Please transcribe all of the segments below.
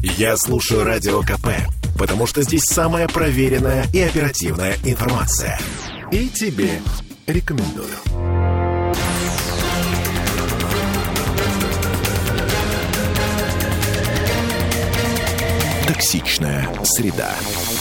Я слушаю Радио КП, потому что здесь самая проверенная и оперативная информация. И тебе рекомендую. Токсичная среда.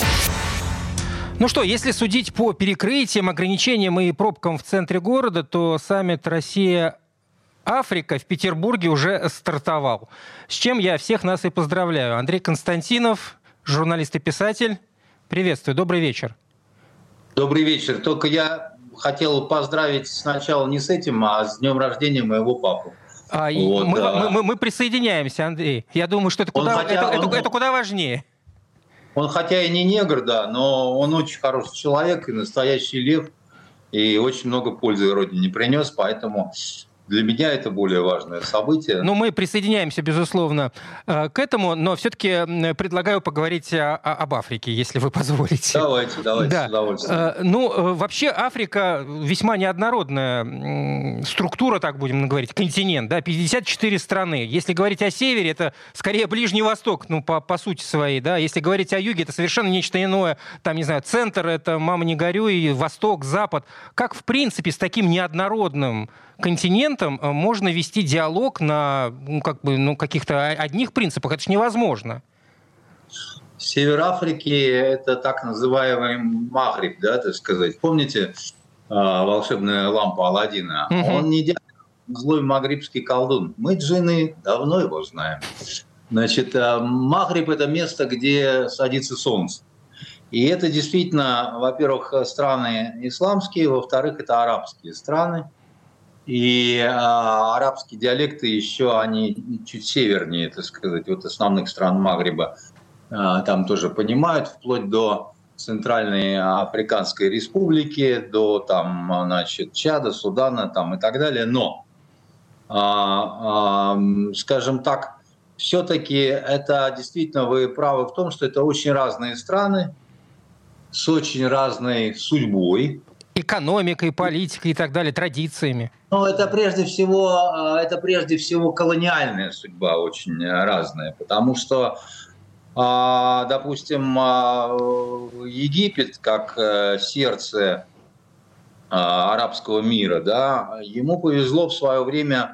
Ну что, если судить по перекрытиям, ограничениям и пробкам в центре города, то саммит Россия-Африка в Петербурге уже стартовал. С чем я всех нас и поздравляю. Андрей Константинов, журналист и писатель. Приветствую, добрый вечер. Добрый вечер. Только я хотел поздравить сначала не с этим, а с днем рождения моего папы. Мы присоединяемся, Андрей. Я думаю, что это куда важнее. Он хотя и не негр, да, но он очень хороший человек и настоящий лев, и очень много пользы родине принес, поэтому для меня это более важное событие. Ну, мы присоединяемся, безусловно, к этому, но все-таки предлагаю поговорить об Африке, если вы позволите. Давайте, да. С удовольствием. Вообще Африка весьма неоднородная структура, так будем говорить, континент, да, 54 страны. Если говорить о севере, это скорее Ближний Восток, по сути своей, да. Если говорить о юге, это совершенно нечто иное. Там, не знаю, центр — это, мама не горюй, восток, запад. Как, в принципе, с таким неоднородным континентом можно вести диалог на каких-то одних принципах? Это же невозможно. Север Африки — это так называемый Магриб, да, так сказать. Помните волшебная лампа Аладдина? Он не злой магрибский колдун. Мы, джинны, давно его знаем. Значит, Магриб — это место, где садится солнце. И это действительно, во-первых, страны исламские, во-вторых, это арабские страны. И арабские диалекты еще, они чуть севернее, так сказать, вот основных стран Магриба там тоже понимают, вплоть до Центральной Африканской Республики, до там, значит, Чада, Судана там, и так далее. Но, скажем так, все-таки это действительно, вы правы в том, что это очень разные страны с очень разной судьбой. Экономикой, политикой и так далее, традициями. Ну, это прежде всего колониальная судьба очень разная, потому что, допустим, Египет, как сердце арабского мира, да, ему повезло в свое время,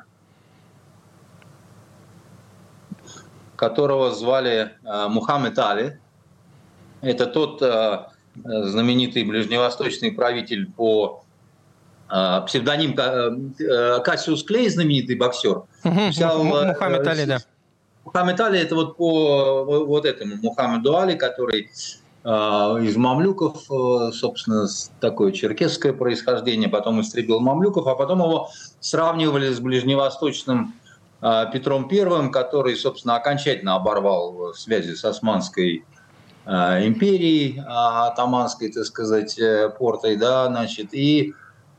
которого звали Мухаммед Али. Это тот знаменитый ближневосточный правитель по псевдоним Кассиус Клей, знаменитый боксер. Мухаммед Али, да. Мухаммед Али — это вот по вот этому Мухаммеду Али, который из мамлюков, собственно, такое черкесское происхождение, потом истребил мамлюков, а потом его сравнивали с ближневосточным Петром I, который, собственно, окончательно оборвал связи с Османской империей, атаманской, так сказать, портой, да, значит, и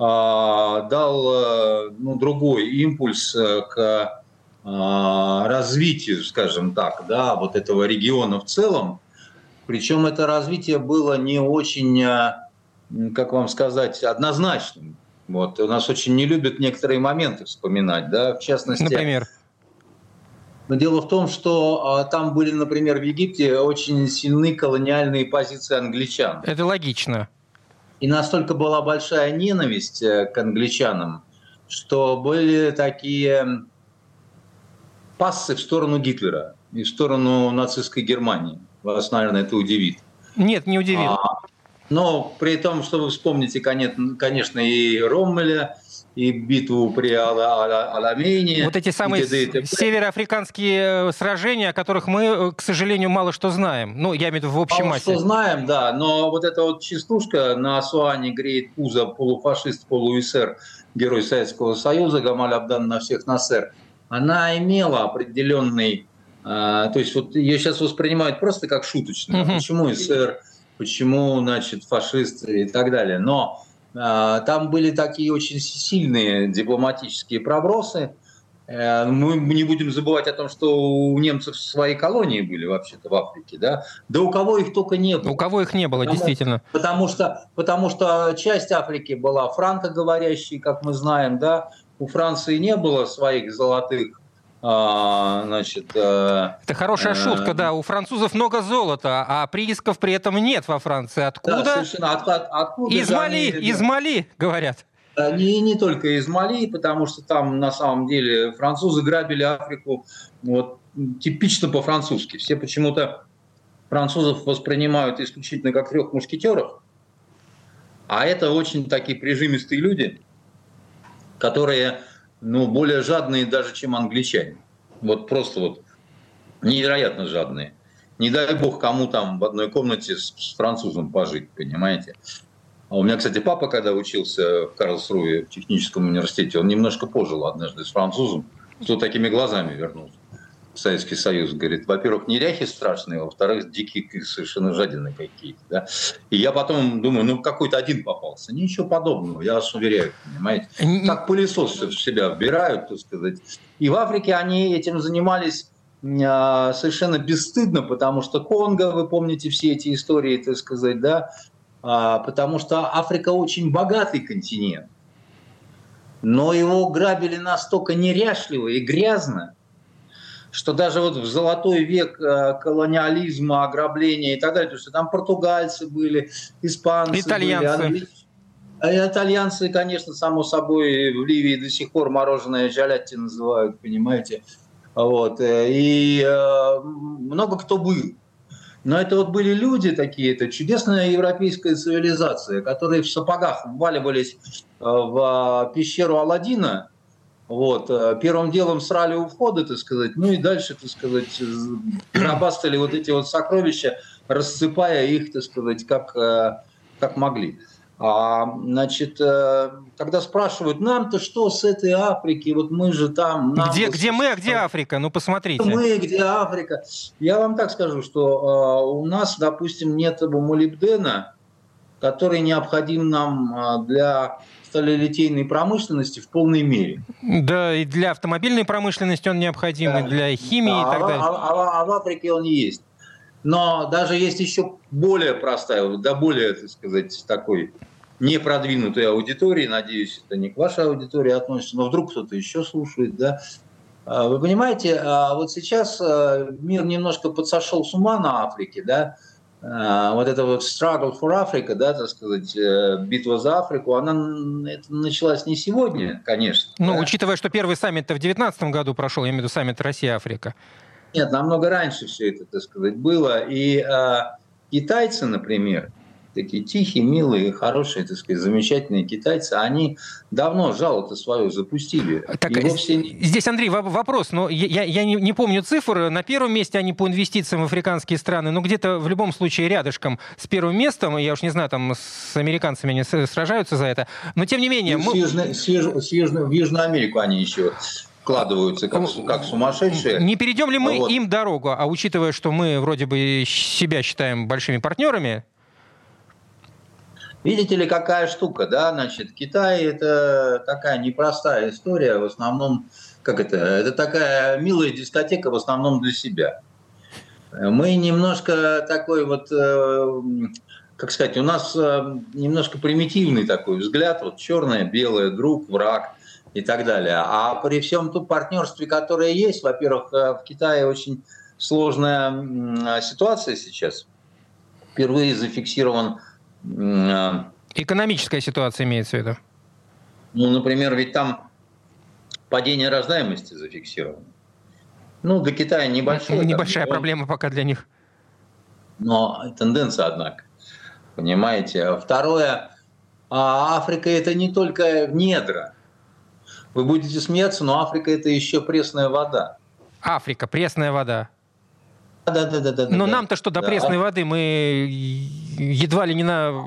дал другой импульс к развитию, скажем так, да, вот этого региона в целом. Причем это развитие было не очень, как вам сказать, однозначным. Вот. У нас очень не любят некоторые моменты вспоминать, да, в частности. Например? Но дело в том, что там были, например, в Египте очень сильны колониальные позиции англичан. Это логично. И настолько была большая ненависть к англичанам, что были такие пассы в сторону Гитлера и в сторону нацистской Германии. Вас, наверное, это удивит. Нет, не удивит. Но при том, что вы вспомните, конечно, и Роммеля, и битву при Аламейне. Вот эти самые североафриканские сражения, о которых мы, к сожалению, мало что знаем. Ну, я имею в виду в общей массе. Мало что знаем, да, но вот эта вот частушка на Асуане греет пузо полуфашист, полуэсер, герой Советского Союза, Гамаль Абдан на всех насер, она имела определенный... то есть вот ее сейчас воспринимают просто как шуточную. Почему эсер, почему, значит, фашисты и так далее. Но там были такие очень сильные дипломатические пробросы. Мы не будем забывать о том, что у немцев свои колонии были вообще-то в Африке, да? Да у кого их только не было. У кого их не было, действительно. Потому что часть Африки была франкоговорящей, как мы знаем, да? У Франции не было своих золотых Значит, Это хорошая шутка, да. У французов много золота, а приисков при этом нет во Франции. Откуда? Да, совершенно. Откуда из Мали, говорят. Не только из Мали, потому что там на самом деле французы грабили Африку вот, типично по-французски. Все почему-то французов воспринимают исключительно как трех мушкетеров, а это очень такие прижимистые люди, которые более жадные даже, чем англичане. Вот просто вот невероятно жадные. Не дай бог кому там в одной комнате с французом пожить, понимаете. А у меня, кстати, папа, когда учился в Карлсруе в техническом университете, он немножко пожил однажды с французом, кто такими глазами вернулся в Советский Союз. Говорит, во-первых, неряхи страшные, во-вторых, дикие совершенно жадины какие-то. Да? И я потом думаю, какой-то один попался. Ничего подобного, я вас уверяю, понимаете. Как пылесос в себя вбирают, так сказать. И в Африке они этим занимались совершенно бесстыдно, потому что Конго, вы помните все эти истории, так сказать, да, потому что Африка очень богатый континент, но его грабили настолько неряшливо и грязно, что даже вот в золотой век колониализма, ограбления и так далее, то есть там португальцы были, испанцы итальянцы. Были, итальянцы, конечно, само собой, в Ливии до сих пор мороженое джалятти называют, понимаете, вот, и много кто был. Но это вот были люди такие, это чудесная европейская цивилизация, которые в сапогах вваливались в пещеру Аладдина, вот, первым делом срали у входа, так сказать, и дальше, так сказать, гробастали вот эти вот сокровища, рассыпая их, так сказать, как могли. Значит, когда спрашивают, нам-то что с этой Африки, вот мы же там... Где мы, а где Африка? Ну, посмотрите. Мы, где Африка? Я вам так скажу, что у нас, допустим, нет молибдена, который необходим нам для сталелитейной промышленности в полной мере. Да, и для автомобильной промышленности он необходим, да, и для химии, и так далее. А в Африке он есть. Но даже есть еще более простая, более, так сказать, такой непродвинутой аудитории, надеюсь, это не к вашей аудитории относится, но вдруг кто-то еще слушает, да. Вы понимаете, вот сейчас мир немножко подсошел с ума на Африке, да, вот это вот struggle for Africa, да, так сказать, битва за Африку, это началась не сегодня, конечно. Ну, да? Учитывая, что первый саммит-то в 2019 году прошел, я имею в виду саммит Россия-Африка. Нет, намного раньше все это, так сказать, было. И китайцы, например, такие тихие, милые, хорошие, так сказать, замечательные китайцы, они давно жало-то свое запустили. Так, здесь, Андрей, вопрос. Но я не помню цифр. На первом месте они по инвестициям в африканские страны, но где-то в любом случае рядышком с первым местом. Я уж не знаю, там с американцами они сражаются за это. Но тем не менее... В Южную Америку они еще... вкладываются как сумасшедшие. Не перейдем ли мы им дорогу, а учитывая, что мы вроде бы себя считаем большими партнерами? Видите ли, какая штука, да, значит, Китай – это такая непростая история, в основном, это такая милая дискотека в основном для себя. Мы немножко такой вот, как сказать, у нас немножко примитивный такой взгляд, вот черное, белое, друг, враг и так далее. А при всем том партнерстве, которое есть, во-первых, в Китае очень сложная ситуация сейчас. Впервые зафиксирован... Экономическая ситуация имеется в виду? Например, ведь там падение рождаемости зафиксировано. Для Китая небольшое. Небольшая проблема пока для них. Но тенденция, однако. Понимаете? Второе, Африка – это не только недра. Вы будете смеяться, но Африка – это еще пресная вода. Африка, пресная вода. Да. Но нам-то что до пресной воды? Мы едва ли не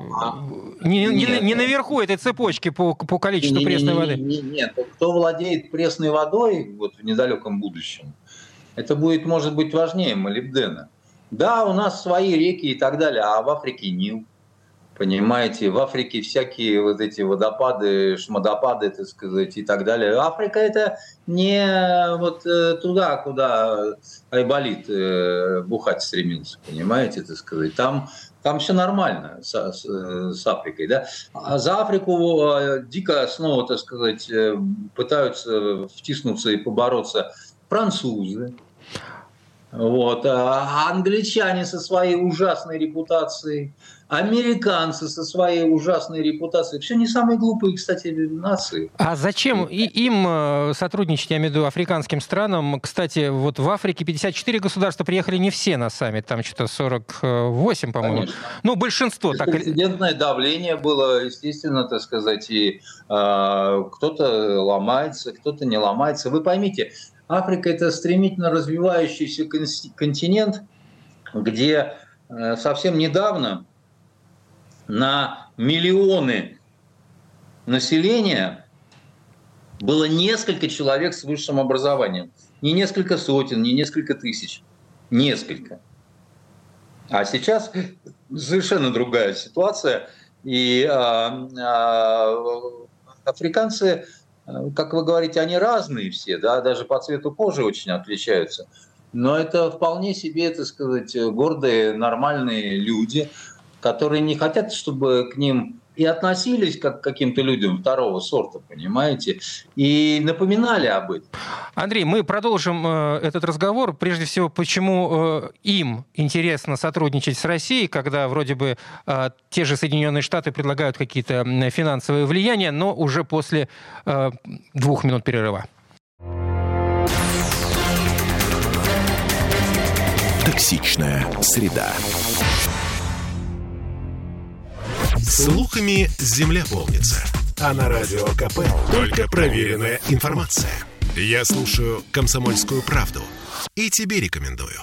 наверху этой цепочки по количеству пресной воды. Нет, кто владеет пресной водой вот в недалеком будущем, это будет, может быть, важнее молибдена. Да, у нас свои реки и так далее, а в Африке Нил. Понимаете, в Африке всякие вот эти водопады, шмадопады, так сказать, и так далее. Африка – это не вот туда, куда Айболит бухать стремился, понимаете, так сказать. Там все нормально с Африкой, да. А за Африку дико снова, так сказать, пытаются втиснуться и побороться французы, вот, а англичане со своей ужасной репутацией, американцы со своей ужасной репутацией. Все не самые глупые, кстати, нации. А зачем им сотрудничать, я имею в виду, африканским странам? Кстати, вот в Африке 54 государства приехали не все на саммит, там что-то 48, по-моему. Конечно. Ну, большинство. Беспрецедентное давление было, естественно, так сказать, и кто-то ломается, кто-то не ломается. Вы поймите, Африка – это стремительно развивающийся континент, где совсем недавно на миллионы населения было несколько человек с высшим образованием. Не несколько сотен, не несколько тысяч. Несколько. А сейчас совершенно другая ситуация. И африканцы, как вы говорите, они разные все, да, даже по цвету кожи очень отличаются. Но это вполне себе, так сказать, гордые, нормальные люди, которые не хотят, чтобы к ним и относились как к каким-то людям второго сорта, понимаете, и напоминали об этом. Андрей, мы продолжим этот разговор. Прежде всего, почему им интересно сотрудничать с Россией, когда вроде бы те же Соединенные Штаты предлагают какие-то финансовые влияния, но уже после 2 минут перерыва. Токсичная среда. Слухами земля полнится. А на Радио КП только проверенная информация. Я слушаю «Комсомольскую правду» и тебе рекомендую.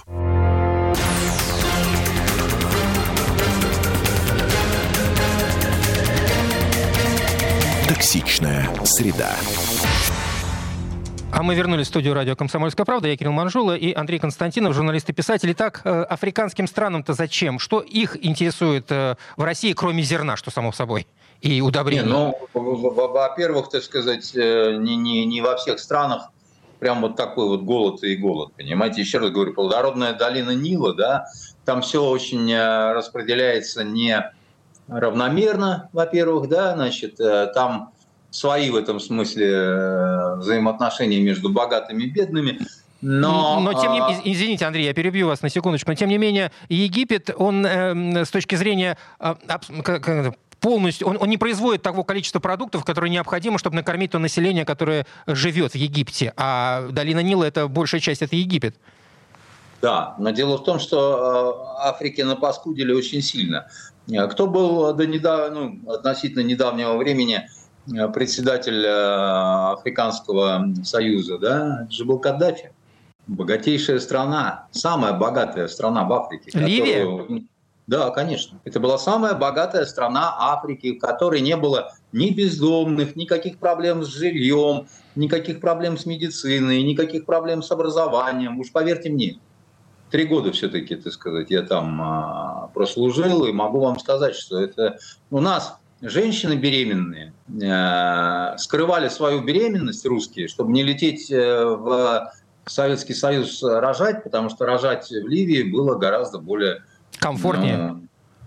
Токсичная среда. А мы вернулись в студию радио «Комсомольская правда». Я Кирилл Манжула и Андрей Константинов, журналист и писатель. Итак, африканским странам-то зачем? Что их интересует в России, кроме зерна, что само собой, и удобрений? Во-первых, так сказать, не во всех странах прям вот такой вот голод и голод, понимаете? Еще раз говорю, плодородная долина Нила, да, там все очень распределяется неравномерно, во-первых, да, значит, там свои в этом смысле взаимоотношения между богатыми и бедными. Но тем не менее, извините, Андрей, я перебью вас на секундочку, но тем не менее Египет, он с точки зрения полностью, он не производит того количества продуктов, которые необходимо, чтобы накормить то население, которое живет в Египте. А долина Нила, это большая часть, это Египет. Да, но дело в том, что Африке напаскудили очень сильно. Кто был относительно недавнего времени председатель Африканского союза, да, это же был Каддафи. Богатейшая страна, самая богатая страна в Африке. Ливия? Да, конечно. Это была самая богатая страна Африки, в которой не было ни бездомных, никаких проблем с жильем, никаких проблем с медициной, никаких проблем с образованием. Уж поверьте мне, 3 года все-таки, так сказать, я там прослужил, и могу вам сказать, что это у нас женщины беременные скрывали свою беременность, русские, чтобы не лететь в Советский Союз рожать, потому что рожать в Ливии было гораздо более... комфортнее?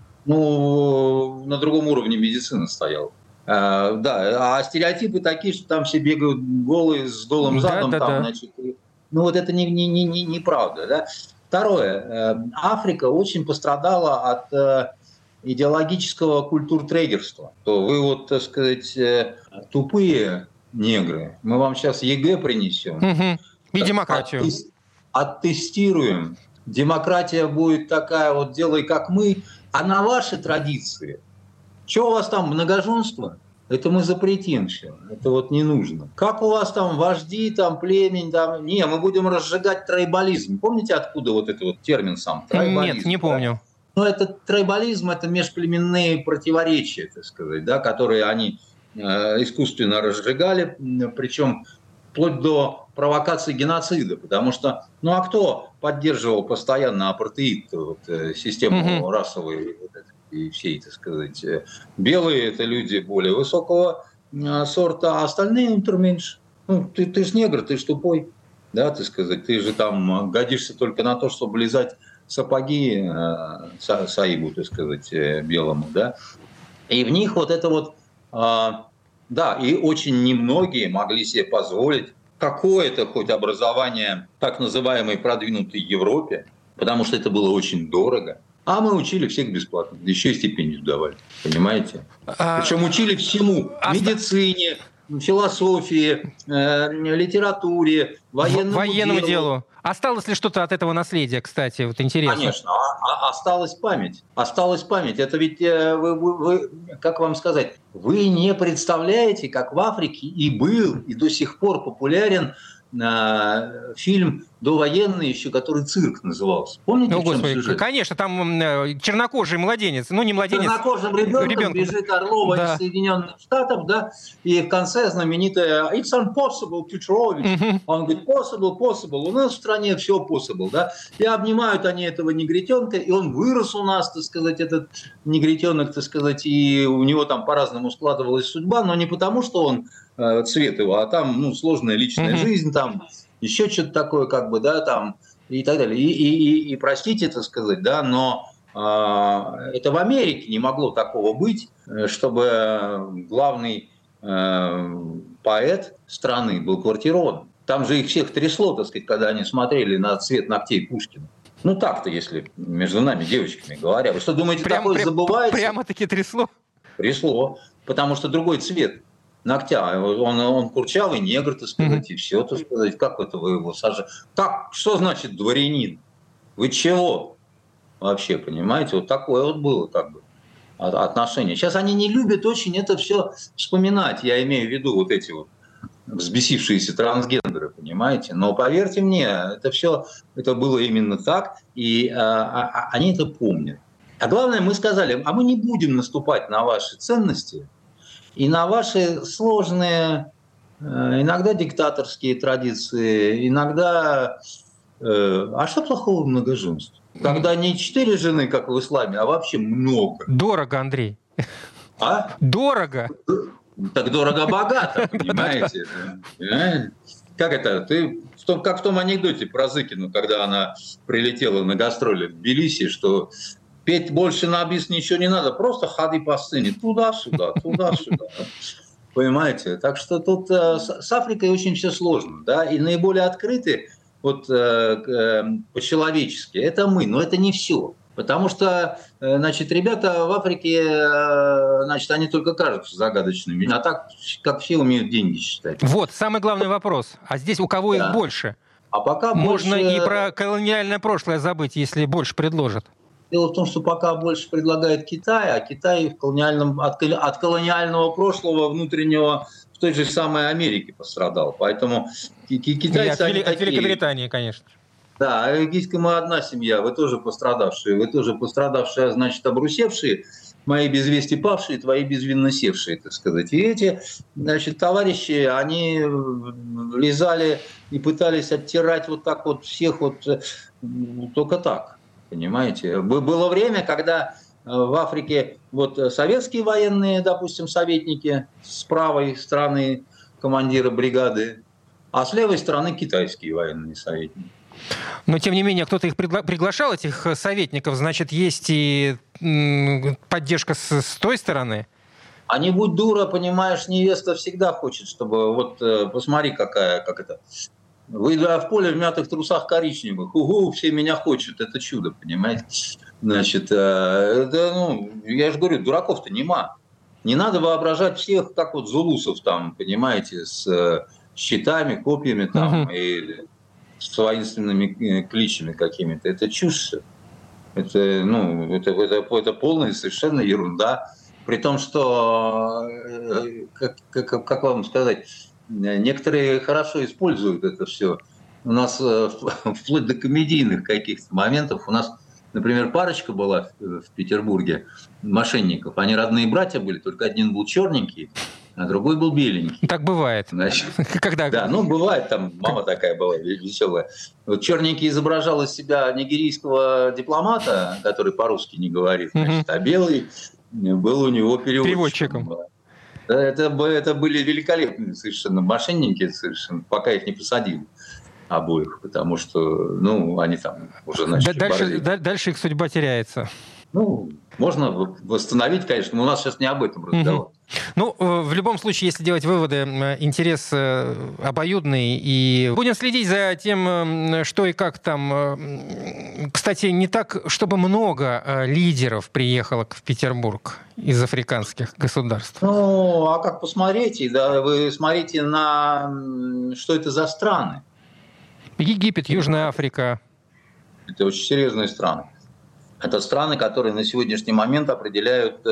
На другом уровне медицина стояла. Да, а стереотипы такие, что там все бегают голые, с голым задом. Значит, вот это неправда. Да? Второе. Африка очень пострадала от идеологического культуртрейдерства. То вы вот, так сказать, тупые негры, мы вам сейчас ЕГЭ принесем. Угу. И демократию. Оттестируем. Демократия будет такая, вот делай как мы. А на ваши традиции, что у вас там, многоженство? Это мы запретим все. Это вот не нужно. Как у вас там вожди, там племень, там... Не, мы будем разжигать трайбализм. Помните, откуда вот этот вот термин сам? Трайбализм. Нет, не помню. Ну, это трайбализм, это межплеменные противоречия, так сказать, да, которые они искусственно разжигали, причем вплоть до провокации геноцида, потому что, а кто поддерживал постоянно апартеид, вот, систему расовой и всей, так сказать, белые это люди более высокого сорта, а остальные меньше. Ты ж негр, ты ж тупой, да, так сказать, ты же там годишься только на то, чтобы лизать сапоги Саибу, так сказать, белому, да, и в них вот это вот, да, и очень немногие могли себе позволить какое-то хоть образование так называемой продвинутой Европе, потому что это было очень дорого. А мы учили всех бесплатно, еще и стипендию давали, понимаете? Причем учили всему – медицине, философии, литературе, военному делу. Осталось ли что-то от этого наследия, кстати? Вот интересно. Конечно, осталась память. Осталась память. Это ведь, вы, как вам сказать, вы не представляете, как в Африке и был, и до сих пор популярен фильм довоенный еще, который «Цирк» назывался. Помните, в чем сюжет? Конечно, там чернокожий младенец, ну не младенец. Чернокожим ребенком бежит Орлова из Соединенных Штатов, да, и в конце знаменитая «It's impossible, Петрович». Он говорит «Possible». У нас в стране все possible, да. И обнимают они этого негритенка, и он вырос у нас, так сказать, этот негритенок, так сказать, и у него там по-разному складывалась судьба, но не потому, что он цвет его, а там, сложная личная жизнь, там еще что-то такое, как бы, да, там, и так далее. И простите, так сказать, да, но это в Америке не могло такого быть, чтобы главный поэт страны был квартирован. Там же их всех трясло, так сказать, когда они смотрели на цвет ногтей Пушкина. Ну так-то, если между нами, девочками говоря. Вы что, думаете, такое забывается? Прямо-таки трясло? Трясло, потому что другой цвет ногтя. Он курчавый негр, так сказать, и все, так сказать. Как это вы его сажаете? Так, что значит дворянин? Вы чего? Вообще, понимаете? Вот такое вот было как бы отношение. Сейчас они не любят очень это все вспоминать. Я имею в виду вот эти вот взбесившиеся трансгендеры, понимаете? Но поверьте мне, это было именно так, и они это помнят. А главное, мы сказали, а мы не будем наступать на ваши ценности и на ваши сложные, иногда диктаторские традиции, иногда... А что плохого в многоженстве? Когда не 4 жены, как в исламе, а вообще много. Дорого, Андрей. А? Дорого. Так дорого-богато, понимаете? Как это? Как в том анекдоте про Зыкину, когда она прилетела на гастроли в Тбилиси, что петь больше на бис ничего не надо, просто ходи по сцене туда-сюда, туда-сюда. Понимаете? Так что тут с Африкой очень все сложно, да, и наиболее открыты вот по-человечески это мы, но это не все. Потому что, значит, ребята в Африке, значит, они только кажутся загадочными, а так, как все умеют деньги считать. Вот, самый главный вопрос. А здесь у кого их больше? А пока можно больше... и про колониальное прошлое забыть, если больше предложат. Дело в том, что пока больше предлагает Китай, а Китай от колониального прошлого внутреннего в той же самой Америке пострадал. Поэтому китайцы... От Великобритании, конечно. Да, мы одна семья, вы тоже пострадавшие, значит, обрусевшие, мои без вести павшие, твои безвинно севшие, так сказать. И эти, значит, товарищи, они лизали и пытались оттирать вот так вот всех вот только так, понимаете. Было время, когда в Африке вот советские военные, допустим, советники с правой стороны командира бригады, а с левой стороны китайские военные советники. Но, тем не менее, кто-то их приглашал, этих советников, значит, есть и поддержка с той стороны? А не будь дура, понимаешь, невеста всегда хочет, чтобы... Вот посмотри, как это... Выйду в поле в мятых трусах коричневых. Все меня хотят, это чудо, понимаете? Значит, я же говорю, дураков-то нема. Не надо воображать всех, как вот зулусов там, понимаете, с щитами, копьями там, и... с воинственными кличами какими-то. Это чушь. Это полная совершенно ерунда. При том, что, как вам сказать, некоторые хорошо используют это все. У нас вплоть до комедийных каких-то моментов. У нас, например, парочка была в Петербурге мошенников. Они родные братья были, только один был черненький, а другой был беленький. Так бывает. Значит, когда? Да, бывает, там мама такая была веселая. Вот черненький изображал из себя нигерийского дипломата, который по-русски не говорит, значит, а белый был у него переводчиком. Это были великолепные совершенно мошенники, совершенно, пока их не посадили обоих, потому что, они там уже начали дальше их судьба теряется. Можно восстановить, конечно, но у нас сейчас не об этом разговор. Ну, в любом случае, если делать выводы, интерес обоюдный. И будем следить за тем, что и как там. Кстати, не так, чтобы много лидеров приехало в Петербург из африканских государств. Ну, а как посмотрите? Да, вы смотрите на... Что это за страны? Египет, Южная Африка. Это очень серьезные страны. Это страны, которые на сегодняшний момент определяют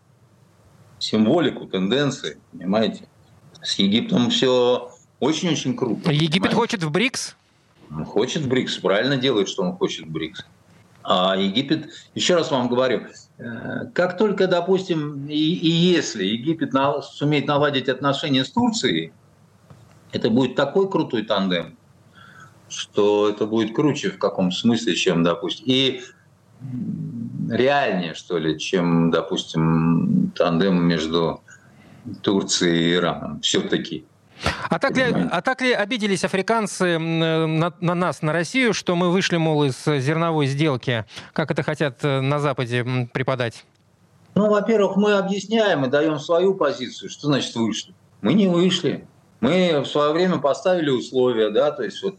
символику, тенденции, понимаете? С Египтом все очень-очень круто. Египет хочет в БРИКС? Он хочет в БРИКС, правильно делает, что он хочет в БРИКС. А Египет, еще раз вам говорю, как только, допустим, и если Египет сумеет наладить отношения с Турцией, это будет такой крутой тандем, что это будет круче в каком смысле, чем, допустим, и реальнее, что ли, чем, допустим, тандем между Турцией и Ираном. Все-таки. А так ли обиделись африканцы на нас, на Россию, что мы вышли, мол, из зерновой сделки? Как это хотят на Западе преподать? Ну, во-первых, мы объясняем и даем свою позицию. Что значит вышли? Мы не вышли. Мы в свое время поставили условия, да, то есть вот,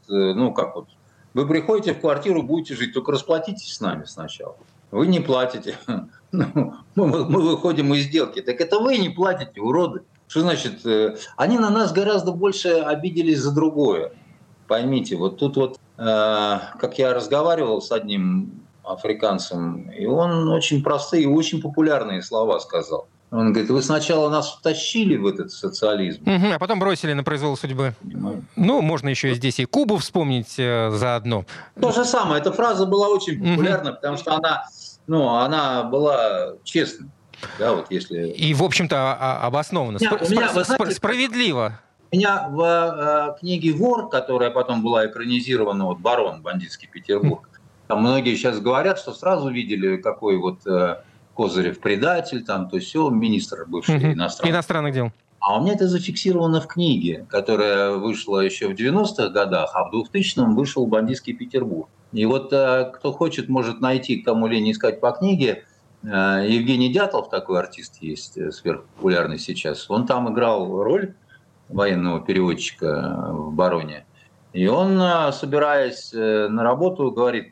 вы приходите в квартиру, будете жить, только расплатитесь с нами сначала. Вы не платите. Мы выходим из сделки. Так это вы не платите, уроды. Что значит? Они на нас гораздо больше обиделись за другое. Поймите, вот тут вот, как я разговаривал с одним африканцем, и он очень простые и очень популярные слова сказал. Он говорит, вы сначала нас втащили в этот социализм. А потом бросили на произвол судьбы. Понимаете? Ну, можно еще здесь и Кубу вспомнить заодно. То же самое. Эта фраза была очень популярна, потому что она была честной. Да, вот если... И, в общем-то, обоснованно. Справедливо. У меня в книге «Вор», которая потом была экранизирована, вот «Барон. Бандитский Петербург», там многие сейчас говорят, что сразу видели, какой вот... Козырев предатель, там, то все, министр бывший иностранных дел. А у меня это зафиксировано в книге, которая вышла еще в 90-х годах, а в 2000-м вышел «Бандитский Петербург». И вот кто хочет, может найти, кому лень искать по книге. Евгений Дятлов, такой артист есть, сверхпопулярный сейчас, он там играл роль военного переводчика в «Бароне». И он, собираясь на работу, говорит,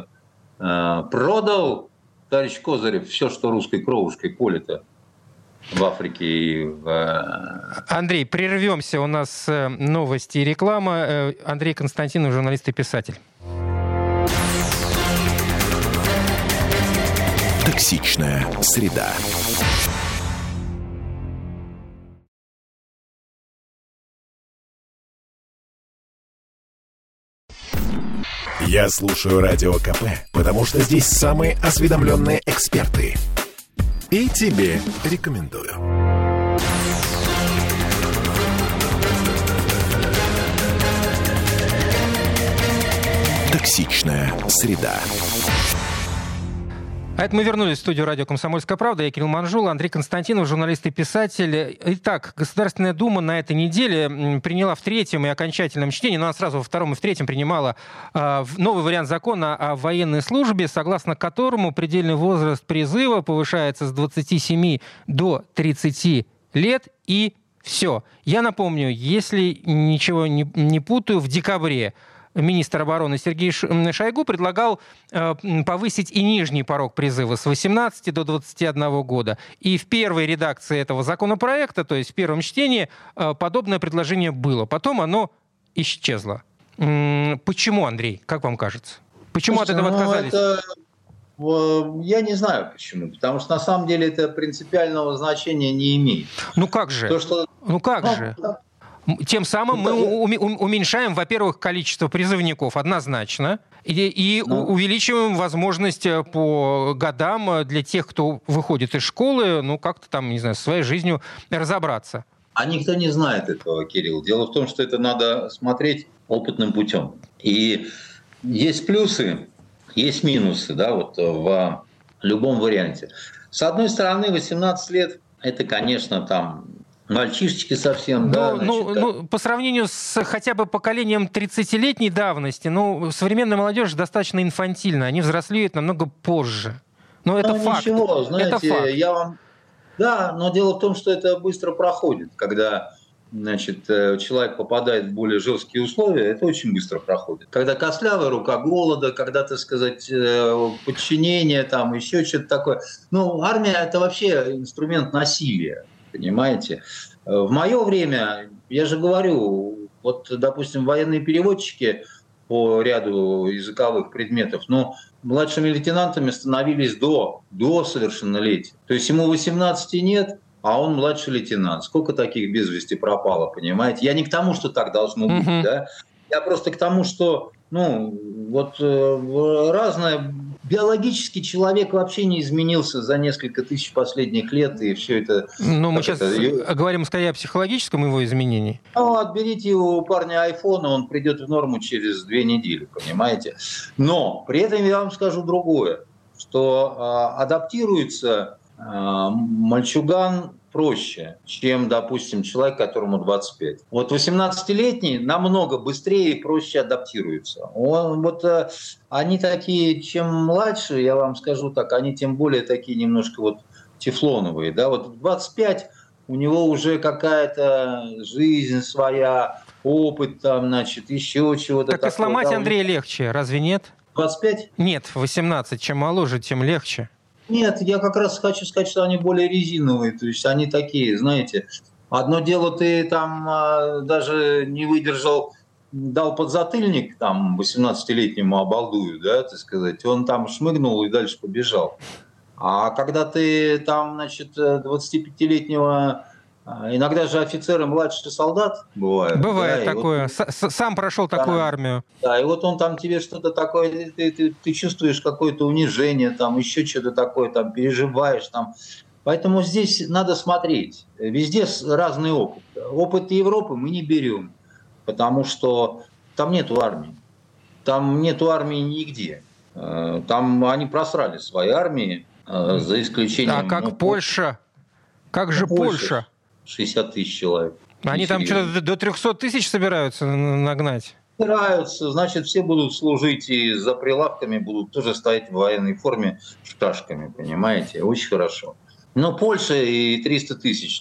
продал, товарищ Козырев, все, что русской кровушкой полито в Африке и в... Андрей, прервемся. У нас новости и реклама. Андрей Константинов, журналист и писатель. Токсичная среда. Я слушаю Радио КП, потому что здесь самые осведомленные эксперты. И тебе рекомендую. Токсичная среда. А это мы вернулись в студию радио «Комсомольская правда». Я Кирилл Манжула, Андрей Константинов, журналист и писатель. Итак, Государственная Дума на этой неделе приняла в третьем и окончательном чтении, но она сразу во втором и в третьем принимала новый вариант закона о военной службе, согласно которому предельный возраст призыва повышается с 27 до 30 лет и все. Я напомню, если ничего не путаю, в декабре министр обороны Сергей Шойгу предлагал повысить и нижний порог призыва с 18 до 21 года. И в первой редакции этого законопроекта, то есть в первом чтении, подобное предложение было. Потом оно исчезло. Почему, Андрей, как вам кажется? Почему от этого отказались? Я не знаю почему. Потому что на самом деле это принципиального значения не имеет. Ну как же? Тем самым мы уменьшаем, во-первых, количество призывников однозначно, и увеличиваем возможность по годам для тех, кто выходит из школы, как-то там, не знаю, со своей жизнью разобраться. А никто не знает этого, Кирилл. Дело в том, что это надо смотреть опытным путем. И есть плюсы, есть минусы, да, вот в любом варианте. С одной стороны, 18 лет – это, конечно, там... Мальчишечки совсем, да. По сравнению с хотя бы поколением 30-летней давности, современная молодежь достаточно инфантильна. Они взрослеют намного позже. Но это факт. Ничего, знаете, это факт. Да, но дело в том, что это быстро проходит, когда, значит, человек попадает в более жесткие условия, это очень быстро проходит. Когда костлявая рука голода, когда, так сказать, подчинение, там еще что-то такое. Армия – это вообще инструмент насилия, понимаете? В мое время, я же говорю, вот, допустим, военные переводчики по ряду языковых предметов, младшими лейтенантами становились до совершеннолетия. То есть ему 18 нет, а он младший лейтенант. Сколько таких без вести пропало, понимаете? Я не к тому, что так должно быть, да? Я просто к тому, что, разное. Биологически человек вообще не изменился за несколько тысяч последних лет, и все это... Мы сейчас говорим скорее о психологическом его изменении. Отберите у парня айфон, он придет в норму через 2 недели, понимаете? Но при этом я вам скажу другое, что адаптируется мальчуган проще, чем, допустим, человек, которому 25. Вот 18-летний намного быстрее и проще адаптируется. Они такие, чем младше, я вам скажу так, они тем более такие немножко тефлоновые. Да? Вот 25 у него уже какая-то жизнь своя, опыт там, значит, еще чего-то. Так и сломать Андрея легче, разве нет? 25? Нет, 18. Чем моложе, тем легче. Нет, я как раз хочу сказать, что они более резиновые, то есть они такие, знаете, одно дело ты там даже не выдержал, дал подзатыльник там 18-летнему обалдую, да, так сказать, он там шмыгнул и дальше побежал. А когда ты там, значит, 25-летнего, иногда же офицеры младший солдат бывают. Бывает, да, такое. Сам прошел такую армию. Да, и вот он там тебе что-то такое, ты чувствуешь какое-то унижение, там еще что-то такое, там переживаешь. Там. Поэтому здесь надо смотреть. Везде разный опыт. Опыт Европы мы не берем, потому что там нету армии. Там нету армии нигде. Там они просрали свои армии, за исключением... А как Польша? Как же Польша? 60 тысяч человек. Они там что-то до 300 тысяч собираются нагнать? Собираются, значит, все будут служить и за прилавками будут тоже стоять в военной форме с шашками, понимаете? Очень хорошо. Но Польша и 300 тысяч,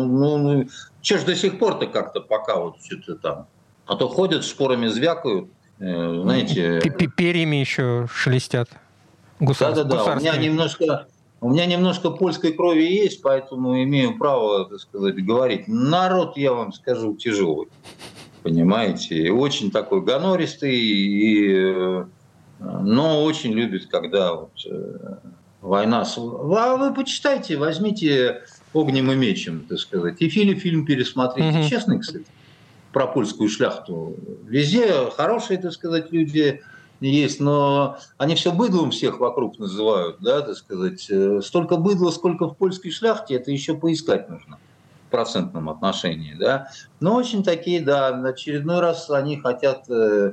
что ж до сих пор-то как-то пока что-то там. А то ходят, шпорами звякают, знаете... Перьями еще шелестят. Да-да-да, у меня немножко польской крови есть, поэтому имею право, так сказать, говорить. Народ, я вам скажу, тяжелый, понимаете, очень такой гонористый, но очень любит, когда война... А вы почитайте, возьмите «Огнем и мечем», так сказать, и фильм пересмотрите. Честный, кстати, про польскую шляхту. Везде хорошие, так сказать, люди... есть, но они все быдлом всех вокруг называют, да, так сказать. Столько быдла, сколько в польской шляхте, это еще поискать нужно в процентном отношении, да. Но очень такие, да, в очередной раз они хотят,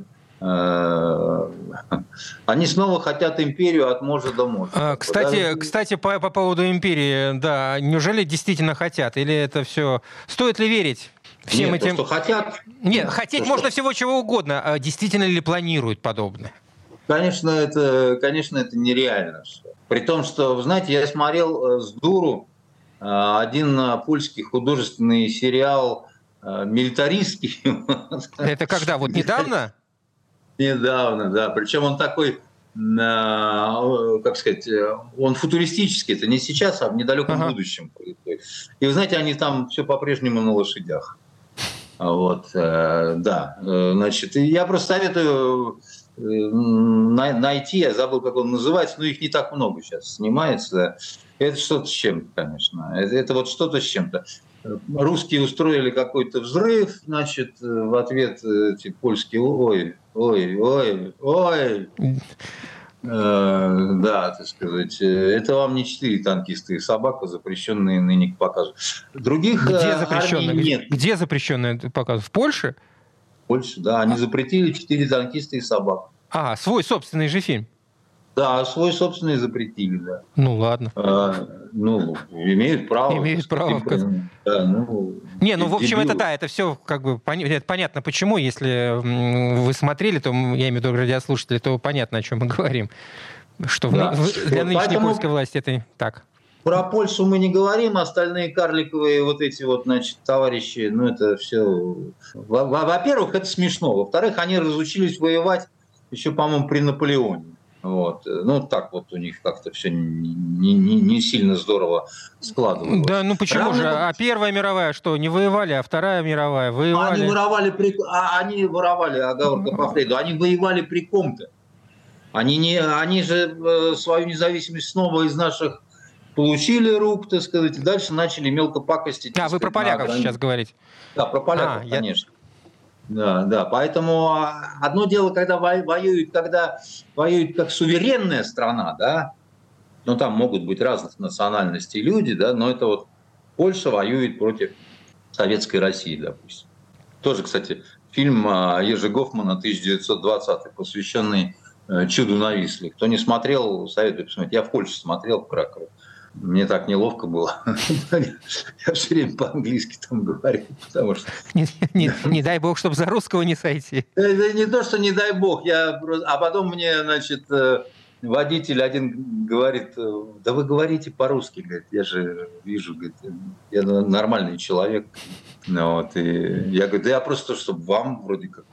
они снова хотят империю от можа до можа. Кстати, по поводу империи, да, неужели действительно хотят, или это все... Стоит ли верить? Всем Нет, этим... то, что хотят... Нет, хотеть можно всего чего угодно. А действительно ли планируют подобное? Конечно, это нереально. При том, что, вы знаете, я смотрел с дуру один польский художественный сериал милитаристский. Это когда? Вот недавно? Недавно, да. Причем он такой, как сказать, он футуристический. Это не сейчас, а в недалеком будущем. И вы знаете, они там все по-прежнему на лошадях. Вот, да. Значит, я просто советую найти, я забыл, как он называется, но их не так много сейчас снимается. Это что-то с чем-то, конечно. Это вот что-то с чем-то. Русские устроили какой-то взрыв, значит, в ответ эти польские ой. Да, так сказать, это вам не 4 танкиста и собака, запрещенные ныне к показу. Других армий нет. Где запрещенные показы? В Польше? В Польше, да. Они запретили 4 танкиста и собак. Свой собственный же фильм? Да, свой собственный запретили, да. Ну, ладно. Имеют право. Имеют право. Да, в общем, это да, это все как бы это понятно, почему. Если вы смотрели, то, я имею в виду радиослушатели, то понятно, о чем мы говорим. Что для нынешней польской власти это так. Про Польшу мы не говорим, остальные карликовые вот эти вот, значит, товарищи, ну это все... Во-первых, это смешно. Во-вторых, они разучились воевать еще, по-моему, при Наполеоне. Вот. Ну, так вот у них как-то все не сильно здорово складывалось. Да, ну почему же? А Первая мировая что, не воевали, а Вторая мировая воевали? Они воровали, оговорка по Фрейду, они воевали при ком-то. Они же свою независимость снова из наших получили рук, так сказать, и дальше начали мелко пакостить. Вы про поляков сейчас говорите? Да, про поляков, конечно. Да, поэтому одно дело, когда воюют как суверенная страна, да, ну там могут быть разных национальностей люди, да, но это вот Польша воюет против Советской России, допустим. Тоже, кстати, фильм Ежи Гофмана 1920, посвященный «Чуду на Висле». Кто не смотрел, советую посмотреть. Я в Польше смотрел, в Кракове. Мне так неловко было. Я все время по-английски там говорил, потому что... Не дай бог, чтобы за русского не сойти. Это не то, что не дай бог. А потом мне, значит, водитель один говорит: да вы говорите по-русски, говорит, я же вижу, говорит, я нормальный человек. Вот, и я говорю, да я просто, чтобы вам вроде как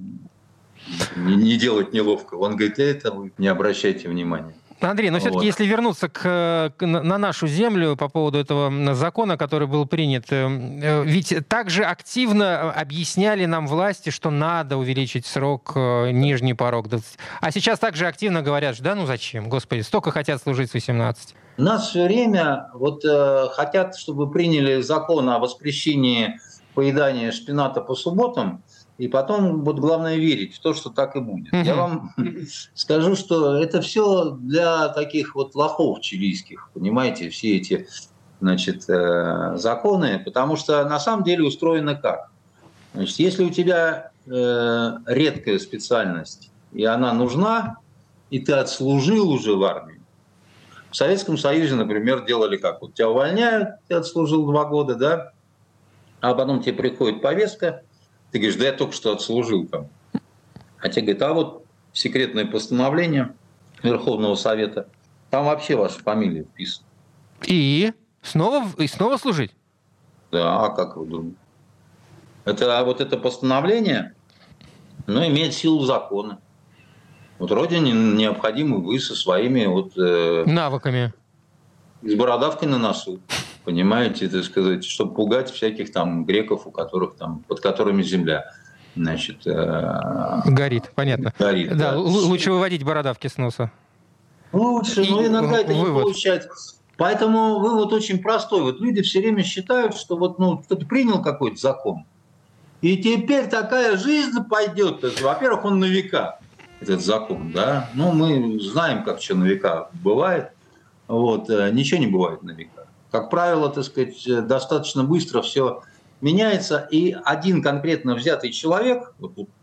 не делать неловко. Он говорит, это вы не обращайте внимания. Андрей, но все-таки, если вернуться на нашу землю по поводу этого закона, который был принят, ведь также активно объясняли нам власти, что надо увеличить срок, нижний порог. А сейчас также активно говорят, что да ну зачем, господи, столько хотят служить с 18. Нас все время хотят, чтобы приняли закон о воспрещении поедания шпината по субботам, и потом вот главное верить в то, что так и будет. Я вам скажу, что это все для таких вот лохов чилийских, понимаете, все эти, значит, законы, потому что на самом деле устроено как? Значит, если у тебя редкая специальность, и она нужна, и ты отслужил уже в армии. В Советском Союзе, например, делали как? Вот тебя увольняют, ты отслужил 2 года, да, а потом тебе приходит повестка, ты говоришь, да я только что отслужил там. А тебе говорят, а вот секретное постановление Верховного Совета, там вообще ваша фамилия вписана. И снова служить? Да, а как вы думаете? Это постановление, имеет силу закона. Вот Родине необходимы вы со своими навыками. С бородавкой на носу. Понимаете, так сказать, чтобы пугать всяких там греков, у которых там, под которыми земля, значит, горит, понятно. Горит, да. Лучше выводить бородавки с носа. Лучше, но иногда это не получается. Поэтому вывод очень простой. Вот люди все время считают, что кто-то принял какой-то закон, и теперь такая жизнь пойдет. Во-первых, он на века, этот закон, да. Мы знаем, как что на века бывает. Ничего не бывает на века. Как правило, так сказать, достаточно быстро все меняется, и один конкретно взятый человек,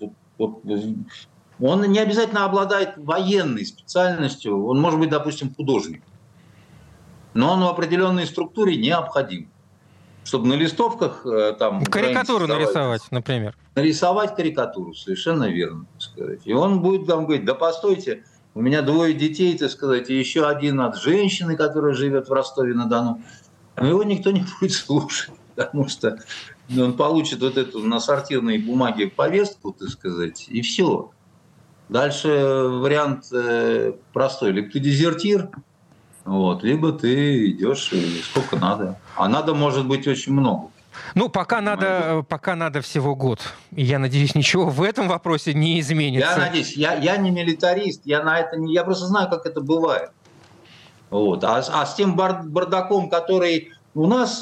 он не обязательно обладает военной специальностью, он может быть, допустим, художник, но он в определенной структуре необходим, чтобы на листовках там... Карикатуру нарисовать, например. Нарисовать карикатуру, совершенно верно, так сказать. И он будет там говорить, да постойте, у меня 2 детей, так сказать, и еще один от женщины, которая живет в Ростове-на-Дону. Но его никто не будет слушать, потому что он получит эту на сортирной бумаге повестку, так сказать, и все. Дальше вариант простой. Либо ты дезертир, либо ты идешь сколько надо. А надо может быть очень много. Пока надо всего год. И я надеюсь, ничего в этом вопросе не изменится. Я надеюсь, я не милитарист, я просто знаю, как это бывает. А с тем бардаком, который у нас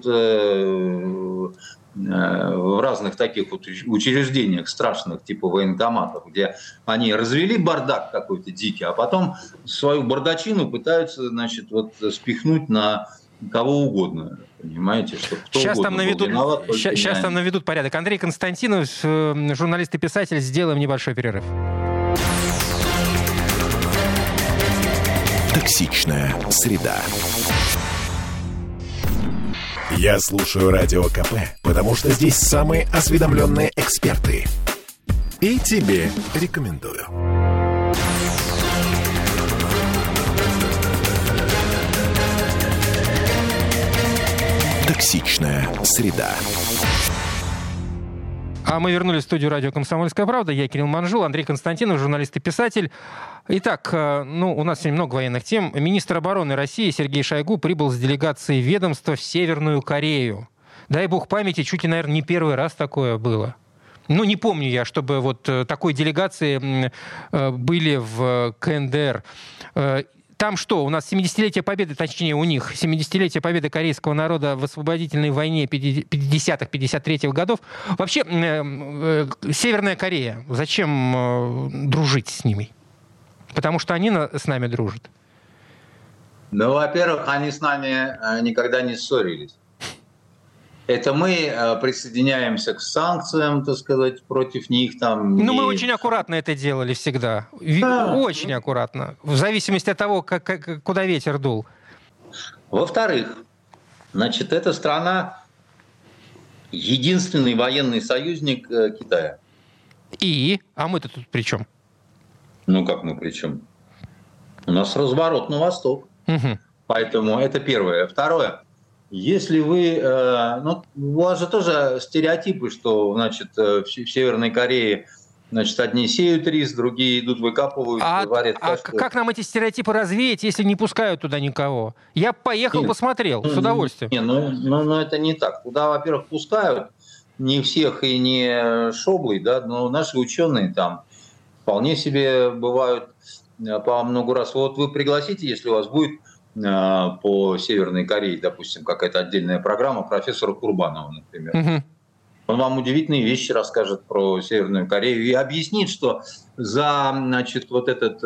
в разных таких учреждениях страшных, типа военкоматов, где они развели бардак какой-то дикий, а потом свою бардачину пытаются, значит, спихнуть на кого угодно. Понимаете, что кто сейчас угодно сейчас там наведут порядок. Андрей Константинов, журналист и писатель. Сделаем небольшой перерыв. Токсичная среда. Я слушаю Радио КП, потому что здесь самые осведомленные эксперты. И тебе рекомендую. Токсичная среда. А мы вернулись в студию радио «Комсомольская правда». Я Кирилл Манжул, Андрей Константинов, журналист и писатель. Итак, у нас сегодня много военных тем. Министр обороны России Сергей Шойгу прибыл с делегацией ведомства в Северную Корею. Дай бог памяти, чуть ли, наверное, не первый раз такое было. Не помню я, чтобы вот такой делегации были в КНДР. Там что, у нас 70-летие победы, точнее у них, 70-летие победы корейского народа в освободительной войне 50-х, 53-х годов. Вообще, Северная Корея, зачем дружить с ними? Потому что они с нами дружат. Во-первых, они с нами никогда не ссорились. Это мы присоединяемся к санкциям, так сказать, против них. Мы очень аккуратно это делали всегда. Очень аккуратно. В зависимости от того, куда ветер дул. Во-вторых, эта страна единственный военный союзник Китая. А мы-то тут при чем? Как мы при чем? У нас разворот на восток. Угу. Поэтому это первое. Второе. Если вы... у вас же тоже стереотипы, что, в Северной Корее, одни сеют рис, другие идут выкапывают, варят кашу. Как нам эти стереотипы развеять, если не пускают туда никого? Я поехал, посмотрел, с удовольствием. Это не так. Туда, во-первых, пускают не всех и не шоблой, да, но наши ученые там вполне себе бывают по много раз. Вот вы пригласите, если у вас будет по Северной Корее, допустим, какая-то отдельная программа профессора Курбанова, например. Угу. Он вам удивительные вещи расскажет про Северную Корею и объяснит, что за этот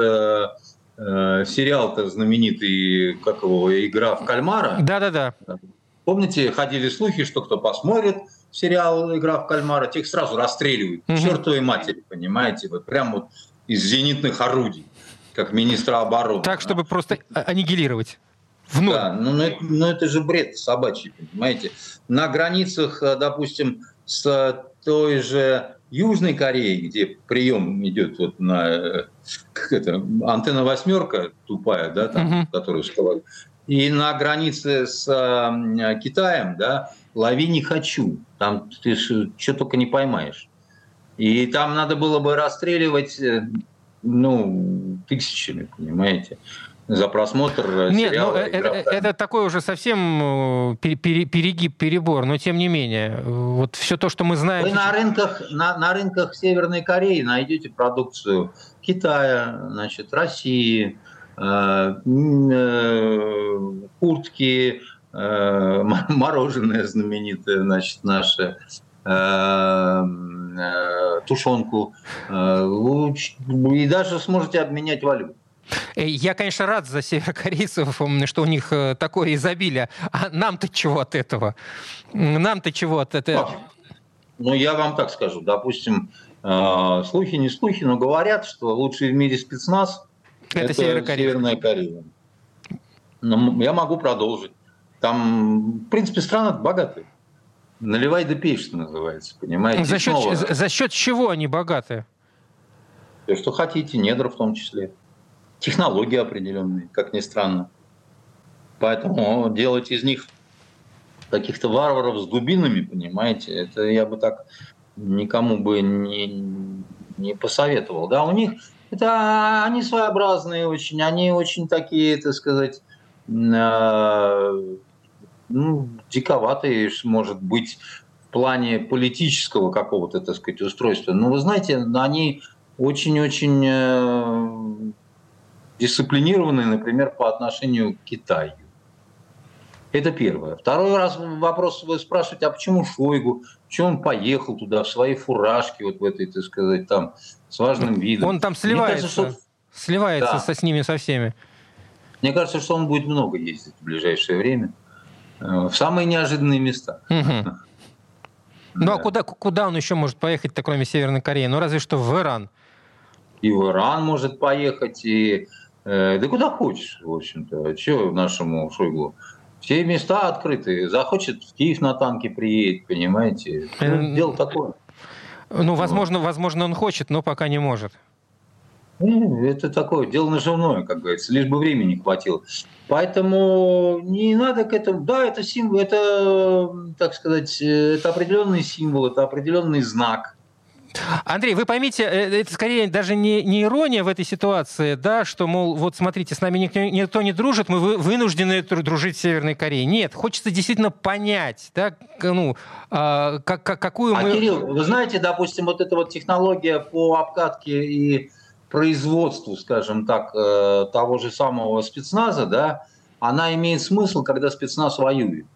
сериал-то знаменитый, «Игра в кальмара». Да-да-да. Помните, ходили слухи, что кто посмотрит сериал «Игра в кальмара», тех сразу расстреливают. К чертовой матери, понимаете? Прям из зенитных орудий, как министра обороны. Так, чтобы просто аннигилировать. Вновь. Да, это же бред собачий, понимаете. На границах, допустим, с той же Южной Кореей, где прием идет антенна 8 тупая, да, там, которую сказали, и на границе с Китаем, да, лови не хочу. Там ты что только не поймаешь. И там надо было бы расстреливать тысячами, понимаете, за просмотр сериала. Это такой уже совсем перегиб, перебор, но тем не менее, вот все то, что мы знаем... Вы на рынках Северной Кореи найдете продукцию Китая, России, куртки, мороженое знаменитое, наше, тушенку, и даже сможете обменять валюту. Я, конечно, рад за северокорейцев, что у них такое изобилие. А нам-то чего от этого? Нам-то чего от этого? Я вам так скажу. Допустим, слухи не слухи, но говорят, что лучший в мире спецназ – это Северная Корея. Но я могу продолжить. Там, в принципе, страна богатая. Наливай да пей, что называется, понимаете? За счет чего они богатые? Все, что хотите, недра в том числе. Технологии определенные, как ни странно. Поэтому делать из них каких-то варваров с дубинами, понимаете, это я бы так никому бы не посоветовал. Да, у них это они своеобразные очень, они очень такие, так сказать, диковатые, может быть, в плане политического какого-то, так сказать, устройства. Но вы знаете, они очень-очень дисциплинированные, например, по отношению к Китаю. Это первое. Второй раз вопрос вы спрашиваете, а почему Шойгу? Почему он поехал туда в своей фуражке, в этой, так сказать, там, с важным видом? Он там сливается, да. с ними, со всеми. Мне кажется, что он будет много ездить в ближайшее время. В самые неожиданные места. Угу. А куда он еще может поехать-то, кроме Северной Кореи? Разве что в Иран. И в Иран может поехать, да куда хочешь, в общем-то. Чего нашему Шойгу? Все места открыты. Захочет, в Киев на танке приедет, понимаете? Дело такое. Возможно, он хочет, но пока не может. Это такое дело наживное, как говорится, лишь бы времени хватило. Поэтому не надо к этому. Да, это символ, это, так сказать, это определенный символ, это определенный знак. Андрей, вы поймите, это скорее даже не ирония в этой ситуации, да, что, мол, вот смотрите, с нами никто не дружит, мы вынуждены дружить с Северной Кореей. Нет, хочется действительно понять, да, ну, какую мы... Кирилл, вы знаете, допустим, вот эта вот технология по обкатке и производству, скажем так, того же самого спецназа, да, она имеет смысл, когда спецназ воюет.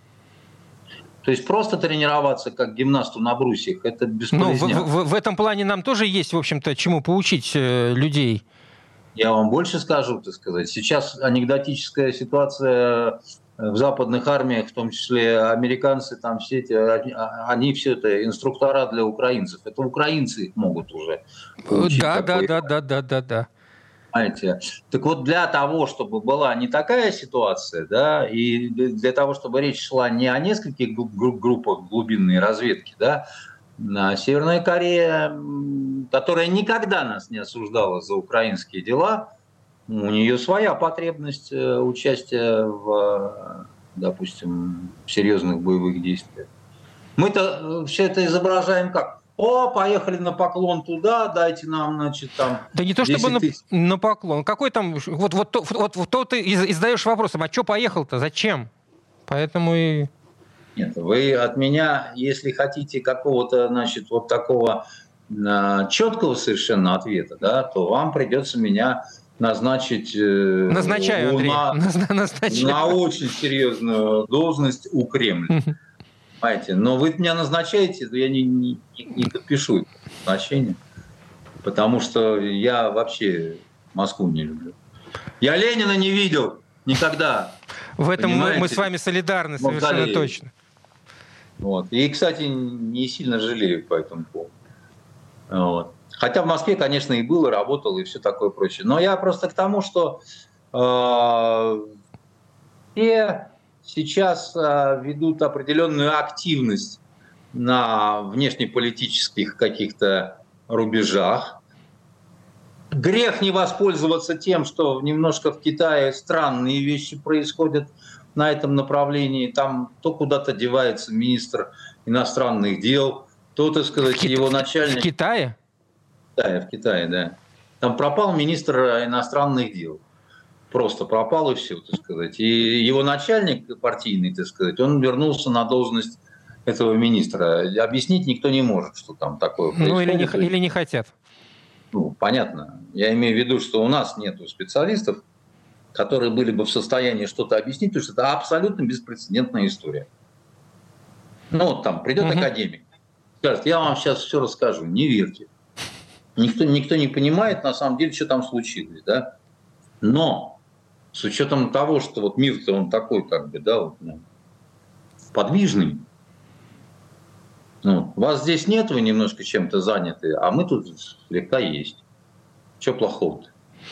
То есть просто тренироваться как гимнасту на брусьях – это бесполезняк. В этом плане нам тоже есть, в общем-то, чему поучить людей. Я вам больше скажу, так сказать. Сейчас анекдотическая ситуация в западных армиях, в том числе американцы, там все эти, они все это инструктора для украинцев. Это украинцы их могут уже поучить. Да. Понимаете? Так вот, для того, чтобы была не такая ситуация, да, и для того, чтобы речь шла не о нескольких группах глубинной разведки, да, Северная Корея, которая никогда нас не осуждала за украинские дела, у нее своя потребность участия в, допустим, серьезных боевых действиях. Мы-то все это изображаем как? Поехали на поклон туда, дайте нам, значит, там... Да не то чтобы на поклон. Какой там... Вот то ты и задаешь вопросом, а что поехал-то, зачем? Поэтому и... Нет, вы от меня, если хотите какого-то, значит, вот такого четкого совершенно ответа, да, то вам придется меня назначить... Назначаю, Андрей. На очень серьезную должность у Кремля. Понимаете? Но вы меня назначаете, то я не подпишу это назначение, потому что я вообще Москву не люблю. Я Ленина не видел никогда. В этом мы с вами солидарны совершенно точно. Вот. И, кстати, не сильно жалею по этому поводу. Вот. Хотя в Москве, конечно, и был, и работал, и все такое прочее. Но я просто к тому, что все сейчас ведут определенную активность на внешнеполитических каких-то рубежах. Грех не воспользоваться тем, что немножко в Китае странные вещи происходят на этом направлении. Там то куда-то девается министр иностранных дел, то, так сказать, его начальник... В Китае? В Китае, да. Там пропал министр иностранных дел. Просто пропал и все, так сказать. И его начальник партийный, так сказать, он вернулся на должность этого министра. Объяснить никто не может, что там такое происходит. Ну, или не хотят. Ну, понятно. Я имею в виду, что у нас нет специалистов, которые были бы в состоянии что-то объяснить, потому что это абсолютно беспрецедентная история. Ну, вот там придет академик, скажет, я вам сейчас все расскажу, не верьте. Никто не понимает, на самом деле, что там случилось, да. Но с учетом того, что вот мир-то он такой, как бы, да, вот, подвижный. Ну, вас здесь нет, вы немножко чем-то заняты, а мы тут слегка есть. Что плохого-то?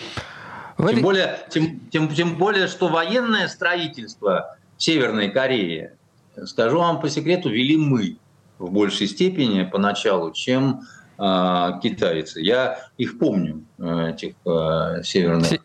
Тем более, что военное строительство в Северной Корее, скажу вам по секрету, вели мы в большей степени поначалу, чем китайцы. Я их помню, этих северных.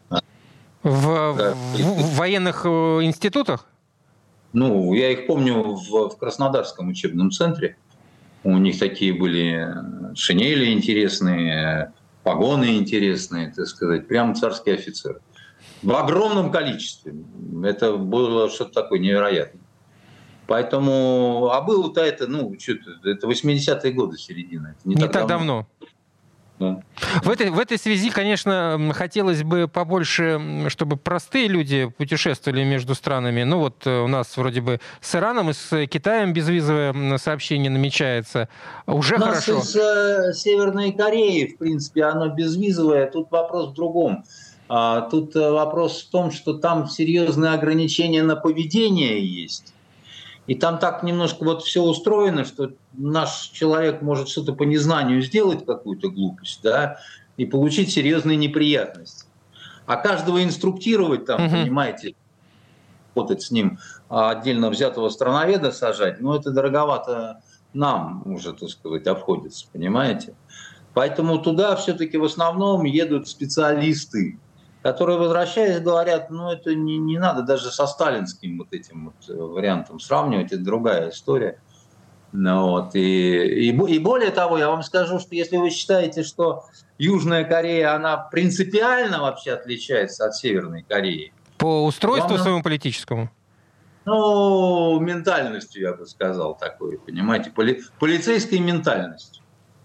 В военных институтах? Ну, я их помню в Краснодарском учебном центре. У них такие были шинели интересные, погоны интересные, так сказать, прям царские офицеры. В огромном количестве. Это было что-то такое невероятное. Поэтому, а было-то это, это 80-е годы середина. Это не так давно. Да. В этой связи, конечно, хотелось бы побольше, чтобы простые люди путешествовали между странами. Ну вот у нас вроде бы с Ираном и с Китаем безвизовое сообщение намечается. Уже хорошо. У нас из Северной Кореи, в принципе, оно безвизовое. Тут вопрос в другом. Тут вопрос в том, что там серьезные ограничения на поведение есть. И там так немножко вот все устроено, что наш человек может что-то по незнанию сделать, какую-то глупость, да, и получить серьезные неприятности. А каждого инструктировать там, понимаете, работать с ним, отдельно взятого страноведа сажать, это дороговато нам уже, так сказать, обходится, понимаете. Поэтому туда все-таки в основном едут специалисты, которые, возвращаясь, говорят, это не надо даже со сталинским вот этим вот вариантом сравнивать, это другая история. И более того, я вам скажу, что если вы считаете, что Южная Корея, она принципиально вообще отличается от Северной Кореи. По устройству своему политическому? Ментальностью, я бы сказал, такой, понимаете, полицейской ментальностью.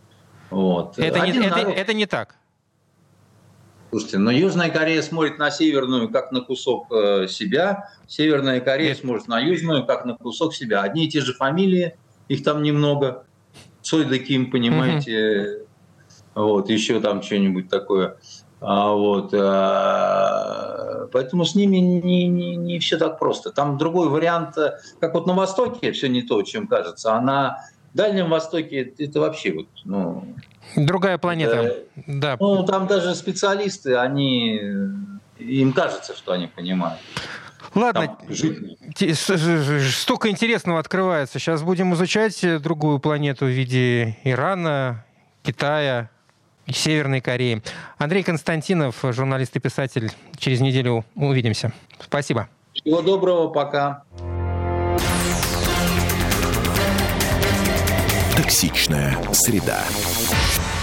Это не так. Слушайте, Южная Корея смотрит на Северную как на кусок себя, Северная Корея смотрит на Южную как на кусок себя. Одни и те же фамилии, их там немного. Цой да Ким, понимаете, еще там что-нибудь такое. Поэтому с ними не все так просто. Там другой вариант, как на Востоке все не то, чем кажется, а на Дальнем Востоке это вообще другая планета. Да. Там даже специалисты, им кажется, что они понимают. Ладно, столько интересного открывается. Сейчас будем изучать другую планету в виде Ирана, Китая и Северной Кореи. Андрей Константинов, журналист и писатель. Через неделю увидимся. Спасибо. Всего доброго, пока. Токсичная среда.